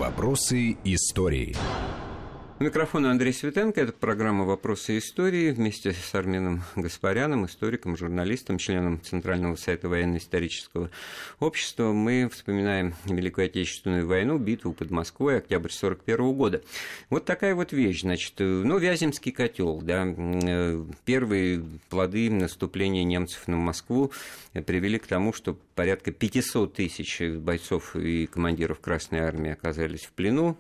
Вопросы истории. У микрофона Андрей Светенко. Это программа «Вопросы истории» вместе с Арменом Гаспаряном, историком, журналистом, членом Центрального совета военно-исторического общества. Мы вспоминаем Великую Отечественную войну, битву под Москвой, октябрь 1941 года. Вот такая вот вещь, значит, Вяземский котел, да, первые плоды наступления немцев на Москву привели к тому, что порядка 500 тысяч бойцов и командиров Красной Армии оказались в плену.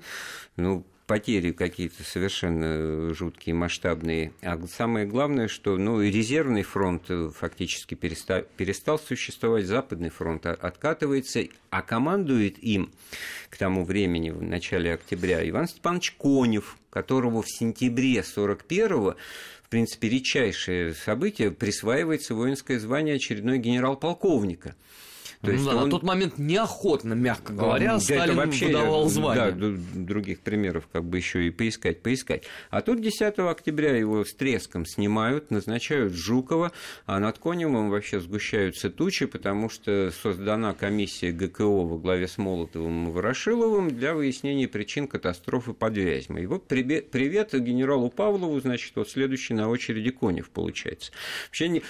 Потери какие-то совершенно жуткие, масштабные. А самое главное, что резервный фронт фактически перестал существовать, Западный фронт откатывается, а командует им к тому времени, в начале октября, Иван Степанович Конев, которого в сентябре 1941-го, в принципе, редчайшее событие, присваивается воинское звание очередной генерал-полковника. То есть на тот момент неохотно, мягко говоря, Сталин выдавал звание. Да, других примеров еще и поискать. А тут 10 октября его с треском снимают, назначают Жукова, а над Коневым вообще сгущаются тучи, потому что создана комиссия ГКО во главе с Молотовым и Ворошиловым для выяснения причин катастрофы под Вязьмой. И вот привет генералу Павлову, значит, вот следующий на очереди Конев получается. Вообще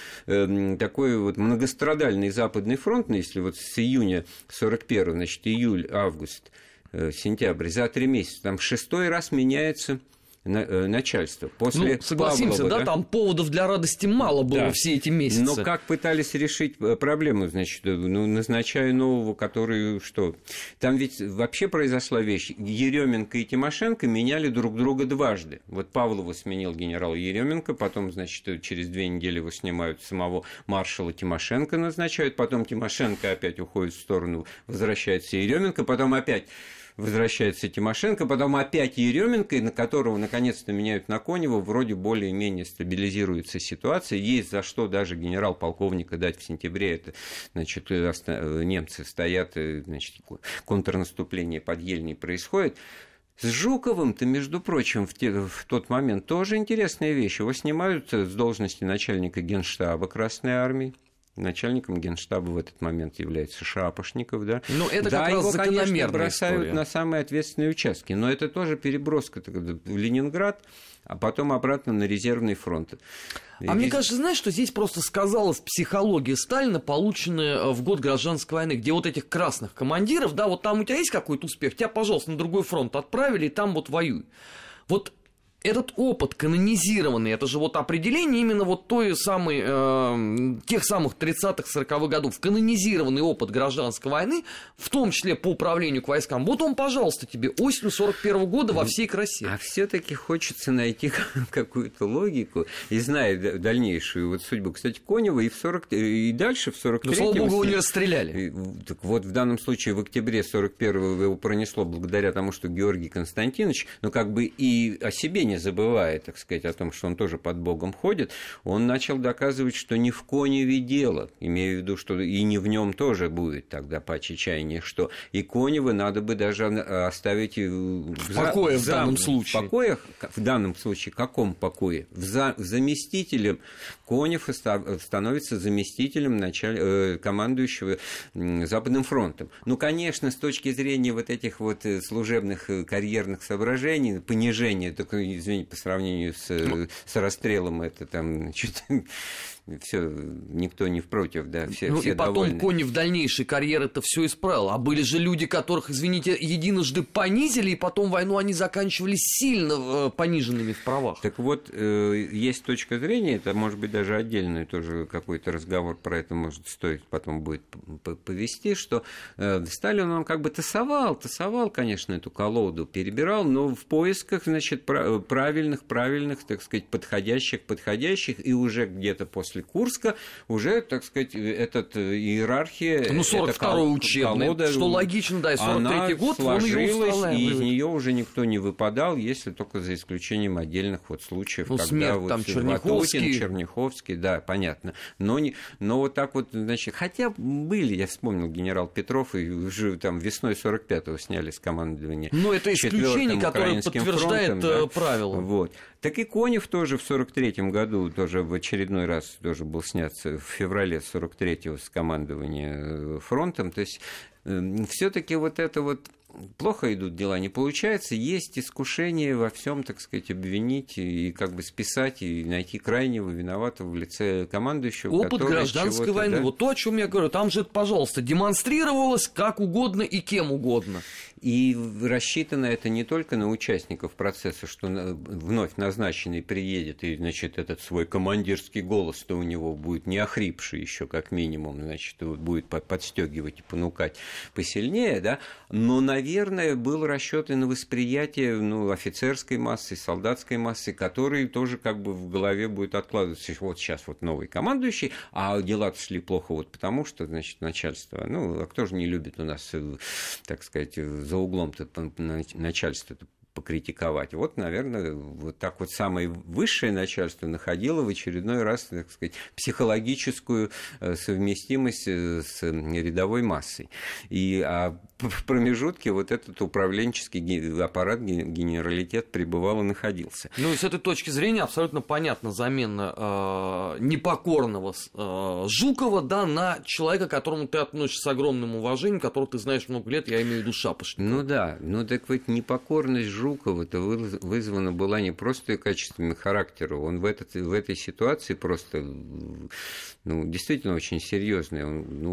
такой вот многострадальный Западный фронт, если вот с июня 41-го, значит, июль, август, сентябрь, за 3 месяца, там 6-й раз меняется начальство. После согласимся, Павлова, да, там поводов для радости мало было все эти месяцы. Но как пытались решить проблему, значит, назначая нового, который что? Там ведь вообще произошла вещь. Еременко и Тимошенко меняли друг друга дважды. Вот Павлова сменил генерал Еременко, потом, значит, через 2 недели его снимают, самого маршала Тимошенко назначают, потом Тимошенко опять уходит в сторону, возвращается Еременко, потом опять возвращается Тимошенко, потом опять Еременко, на которого наконец-то меняют на Конева, вроде более-менее стабилизируется ситуация, есть за что даже генерал-полковника дать в сентябре, это, значит, немцы стоят, значит, контрнаступление под Ельней происходит. С Жуковым-то, между прочим, в тот момент тоже интересная вещь, его снимают с должности начальника Генштаба Красной Армии. Начальником Генштаба в этот момент является Шапошников, да. Это как раз его, конечно, бросают история на самые ответственные участки, но это тоже переброска в Ленинград, а потом обратно на резервный фронт. Мне кажется, знаешь, что здесь просто сказалась психология Сталина, полученная в год гражданской войны, где вот этих красных командиров, да, вот там у тебя есть какой-то успех, тебя, пожалуйста, на другой фронт отправили, и там вот воюй. Вот этот опыт канонизированный, это же вот определение именно вот той самой, тех самых 30-х, 40-х годов, канонизированный опыт гражданской войны, в том числе по управлению к войскам. Вот он, пожалуйста, тебе осенью 41 года во всей красе. А все-таки хочется найти какую-то логику, и зная дальнейшую вот судьбу, кстати, Конева и дальше в 43-м... Но, слава богу, его не расстреляли. Так вот, в данном случае в октябре 41-го его пронесло благодаря тому, что Георгий Константинович, и о себе не забывая, так сказать, о том, что он тоже под Богом ходит, он начал доказывать, что не в Коневе дело, имея в виду, что и не в нем тоже будет тогда паче чаяния, что и Конева надо бы даже оставить в покое в данном случае. В покоях, в данном случае, каком покое? Заместителем. Конев становится заместителем командующего Западным фронтом. Конечно, с точки зрения вот этих вот служебных карьерных соображений, понижения, только, извините, по сравнению с расстрелом, это там все, никто не против, да, все и потом довольны. Конев в дальнейшей карьеры это все исправил. А были же люди, которых, извините, единожды понизили, и потом войну они заканчивали сильно пониженными в правах. Так вот, есть точка зрения, это может быть даже отдельный тоже какой-то разговор про это может стоить, потом будет повести, что Сталин, он как бы тасовал, конечно, эту колоду, перебирал, но в поисках, значит, правильных, так сказать, подходящих, и уже где-то после Курска уже, так сказать, иерархия... 42-й учебный, колода, что логично, да, и 43-й год, он ее устраивает. И из нее уже никто не выпадал, если только за исключением отдельных вот случаев, когда смерть, вот там, Черняховский, да, понятно. Но вот так вот, значит, хотя были, я вспомнил, генерал Петров, и уже там весной 45-го сняли с командования. Но это исключение, которое подтверждает правило. Вот. Так и Конев тоже в 43-м году тоже в очередной раз тоже был снят в феврале 43-го с командования фронтом. То есть все-таки вот это вот плохо идут дела, не получается, есть искушение во всем, так сказать, обвинить и как бы списать, и найти крайнего виноватого в лице командующего. Опыт гражданской войны, вот то, о чем я говорю, там же, пожалуйста, демонстрировалось как угодно и кем угодно. И рассчитано это не только на участников процесса, что вновь назначенный приедет, и, значит, этот свой командирский голос-то у него будет не охрипший еще, как минимум, значит, будет подстегивать и понукать посильнее, да, но, наверное, был расчет и на восприятие, ну, офицерской массы, солдатской массы, которые тоже как бы в голове будет откладываться. Вот сейчас вот новый командующий, а дела-то шли плохо вот потому, что, значит, начальство, ну, а кто же не любит у нас, так сказать, за углом-то начальство-то покритиковать. Вот, наверное, вот так вот самое высшее начальство находило в очередной раз, так сказать, психологическую совместимость с рядовой массой. А в промежутке вот этот управленческий аппарат, генералитет пребывал и находился. Ну и с этой точки зрения абсолютно понятна замена непокорного Жукова, да, на человека, к которому ты относишься с огромным уважением, которого ты знаешь много лет, я имею в виду Шапошникова. Ну да, ну так вот непокорность Жукова-то вызвана была не просто качествами характера, он в этой ситуации просто, ну, действительно очень серьезный,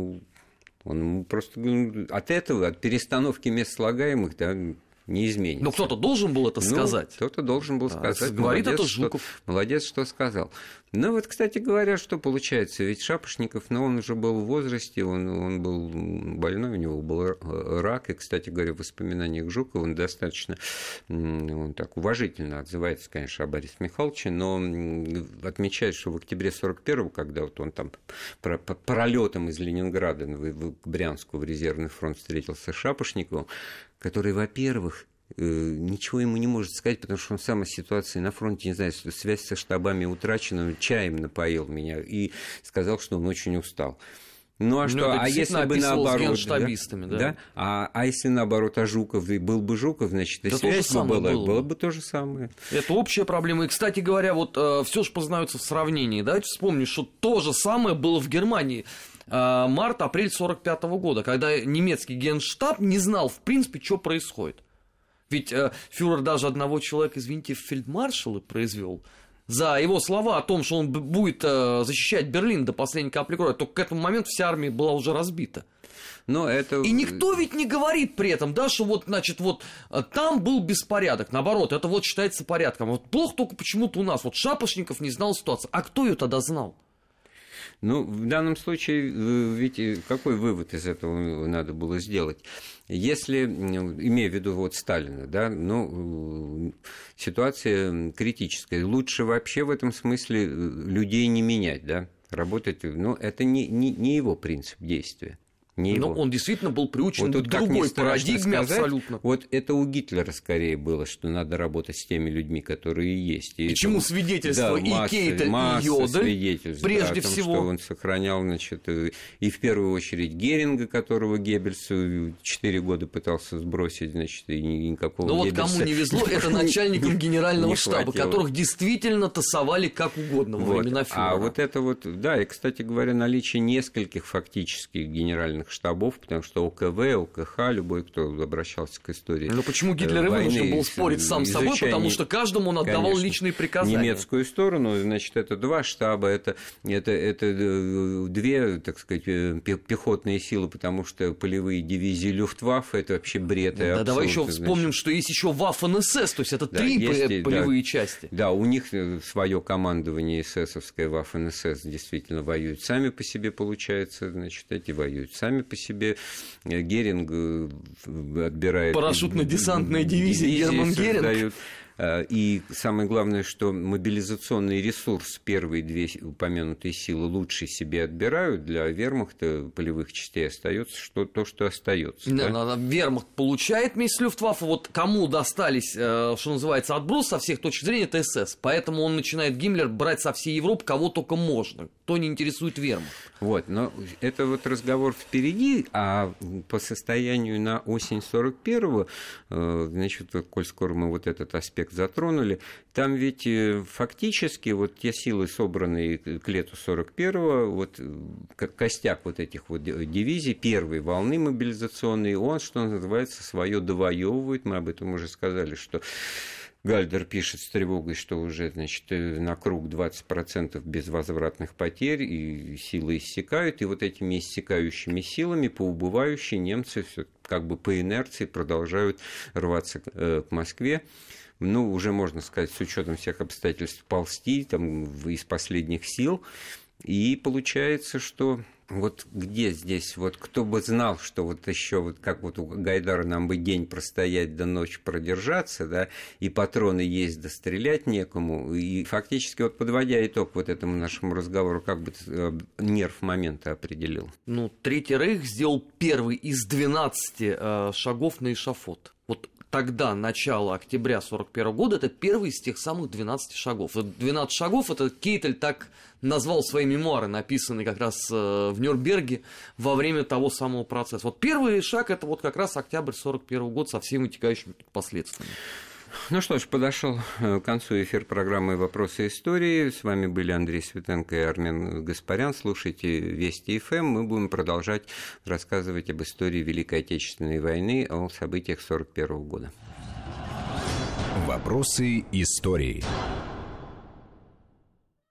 он просто от этого, от перестановки мест слагаемых, да, не изменится. Но кто-то должен был это сказать. Кто-то должен был сказать. Говорит это Жуков. Молодец, что сказал. Ну вот, кстати говоря, что получается? Ведь Шапошников, он уже был в возрасте, он был больной, у него был рак. И, кстати говоря, в воспоминаниях Жукова он достаточно он так уважительно отзывается, конечно, о Борисе Михайловиче, но отмечает, что в октябре 1941-го, когда вот он там пролетом из Ленинграда в Брянску в резервный фронт встретился с Шапошниковым, который, во-первых, ничего ему не может сказать, потому что он сам о ситуации на фронте, не знаю, связь со штабами утрачена, он чаем напоил меня и сказал, что он очень устал. Ну а что, а если бы наоборот, да? А если наоборот, Жуков, и был бы Жуков, значит, и связь было бы то же самое. Это общая проблема. И, кстати говоря, вот все же познается в сравнении. Давайте вспомним, что то же самое было в Германии. Март-апрель 1945 года, когда немецкий генштаб не знал, в принципе, что происходит. Ведь фюрер даже одного человека, извините, в фельдмаршалы произвел за его слова о том, что он будет защищать Берлин до последней капли крови. Только к этому моменту вся армия была уже разбита. Но это... И никто ведь не говорит при этом, да, что вот, значит, вот там был беспорядок. Наоборот, это вот считается порядком. Вот плохо только почему-то у нас. Вот Шапошников не знал ситуации. А кто ее тогда знал? Ну, в данном случае, ведь какой вывод из этого надо было сделать? Если, имея в виду вот Сталина, да, ситуация критическая, лучше вообще в этом смысле людей не менять, да, работать, это не его принцип действия. Но он действительно был приучен к другой парадигме абсолютно. Вот это у Гитлера скорее было, что надо работать с теми людьми, которые есть. И чему свидетельство и Кейтель, и Йодель, прежде всего. Что он сохранял, значит, и в первую очередь Геринга, которого Геббельс 4 года пытался сбросить, значит, и никакого Геббельса. Но вот кому не везло, это начальникам генерального штаба, которых действительно тасовали как угодно во времена фюрера. А вот это вот, да, и, кстати говоря, наличие нескольких фактических генеральных штабов, потому что ОКВ, ОКХ, любой, кто обращался к истории. Но почему Гитлер и вынужден был спорить сам с собой, потому что каждому он отдавал личные приказания. Немецкую сторону, значит, это 2 штаба, это 2, так сказать, пехотные силы, потому что полевые дивизии Люфтваффе, это вообще бред и абсурд. Давай еще вспомним, что есть еще Waffen-СС, то есть это 3 полевые части. Да, у них свое командование эсэсовское, Waffen-СС действительно воюют сами по себе, получается, значит, эти воюют сами по себе. Геринг отбирает... Парашютно-десантная дивизия Герман Геринг. И самое главное, что мобилизационный ресурс первые 2 упомянутые силы лучше себе отбирают, для вермахта полевых частей остается то, что остается. Да? Вермахт получает вместе с Люфтваффе, вот кому достались, что называется, отброс со всех точек зрения, это СС. Поэтому он начинает, Гиммлер, брать со всей Европы кого только можно, кто не интересует вермахт. Вот, но это вот разговор впереди, а по состоянию на осень 41-го, значит, коль скоро мы вот этот аспект затронули, там ведь фактически вот те силы, собранные к лету 41-го, вот костяк вот этих вот дивизий первой волны мобилизационной, он, что называется, свое довоевывает, мы об этом уже сказали, что Гальдер пишет с тревогой, что уже, значит, на круг 20% безвозвратных потерь, и силы иссякают, и вот этими иссякающими силами по убывающей немцы все как бы по инерции продолжают рваться к Москве. Ну, уже, можно сказать, с учетом всех обстоятельств ползти там, из последних сил. И получается, что вот где здесь, вот кто бы знал, что вот еще, вот как вот у Гайдара нам бы день простоять до ночи продержаться, да, и патроны есть, да стрелять некому. И фактически, вот подводя итог вот этому нашему разговору, как бы ты нерв момента определил? Ну, Третий Рейх сделал первый из 12 шагов на эшафот. Вот тогда, начало октября 1941 года, это первый из тех самых 12 шагов. 12 шагов, это Кейтель так назвал свои мемуары, написанные как раз в Нюрнберге во время того самого процесса. Вот первый шаг, это вот как раз октябрь 1941 года со всеми вытекающими последствиями. Ну что ж, подошел к концу эфир программы «Вопросы истории». С вами были Андрей Светенко и Армен Гаспарян. Слушайте Вести ФМ. Мы будем продолжать рассказывать об истории Великой Отечественной войны, о событиях 1941 года. «Вопросы истории».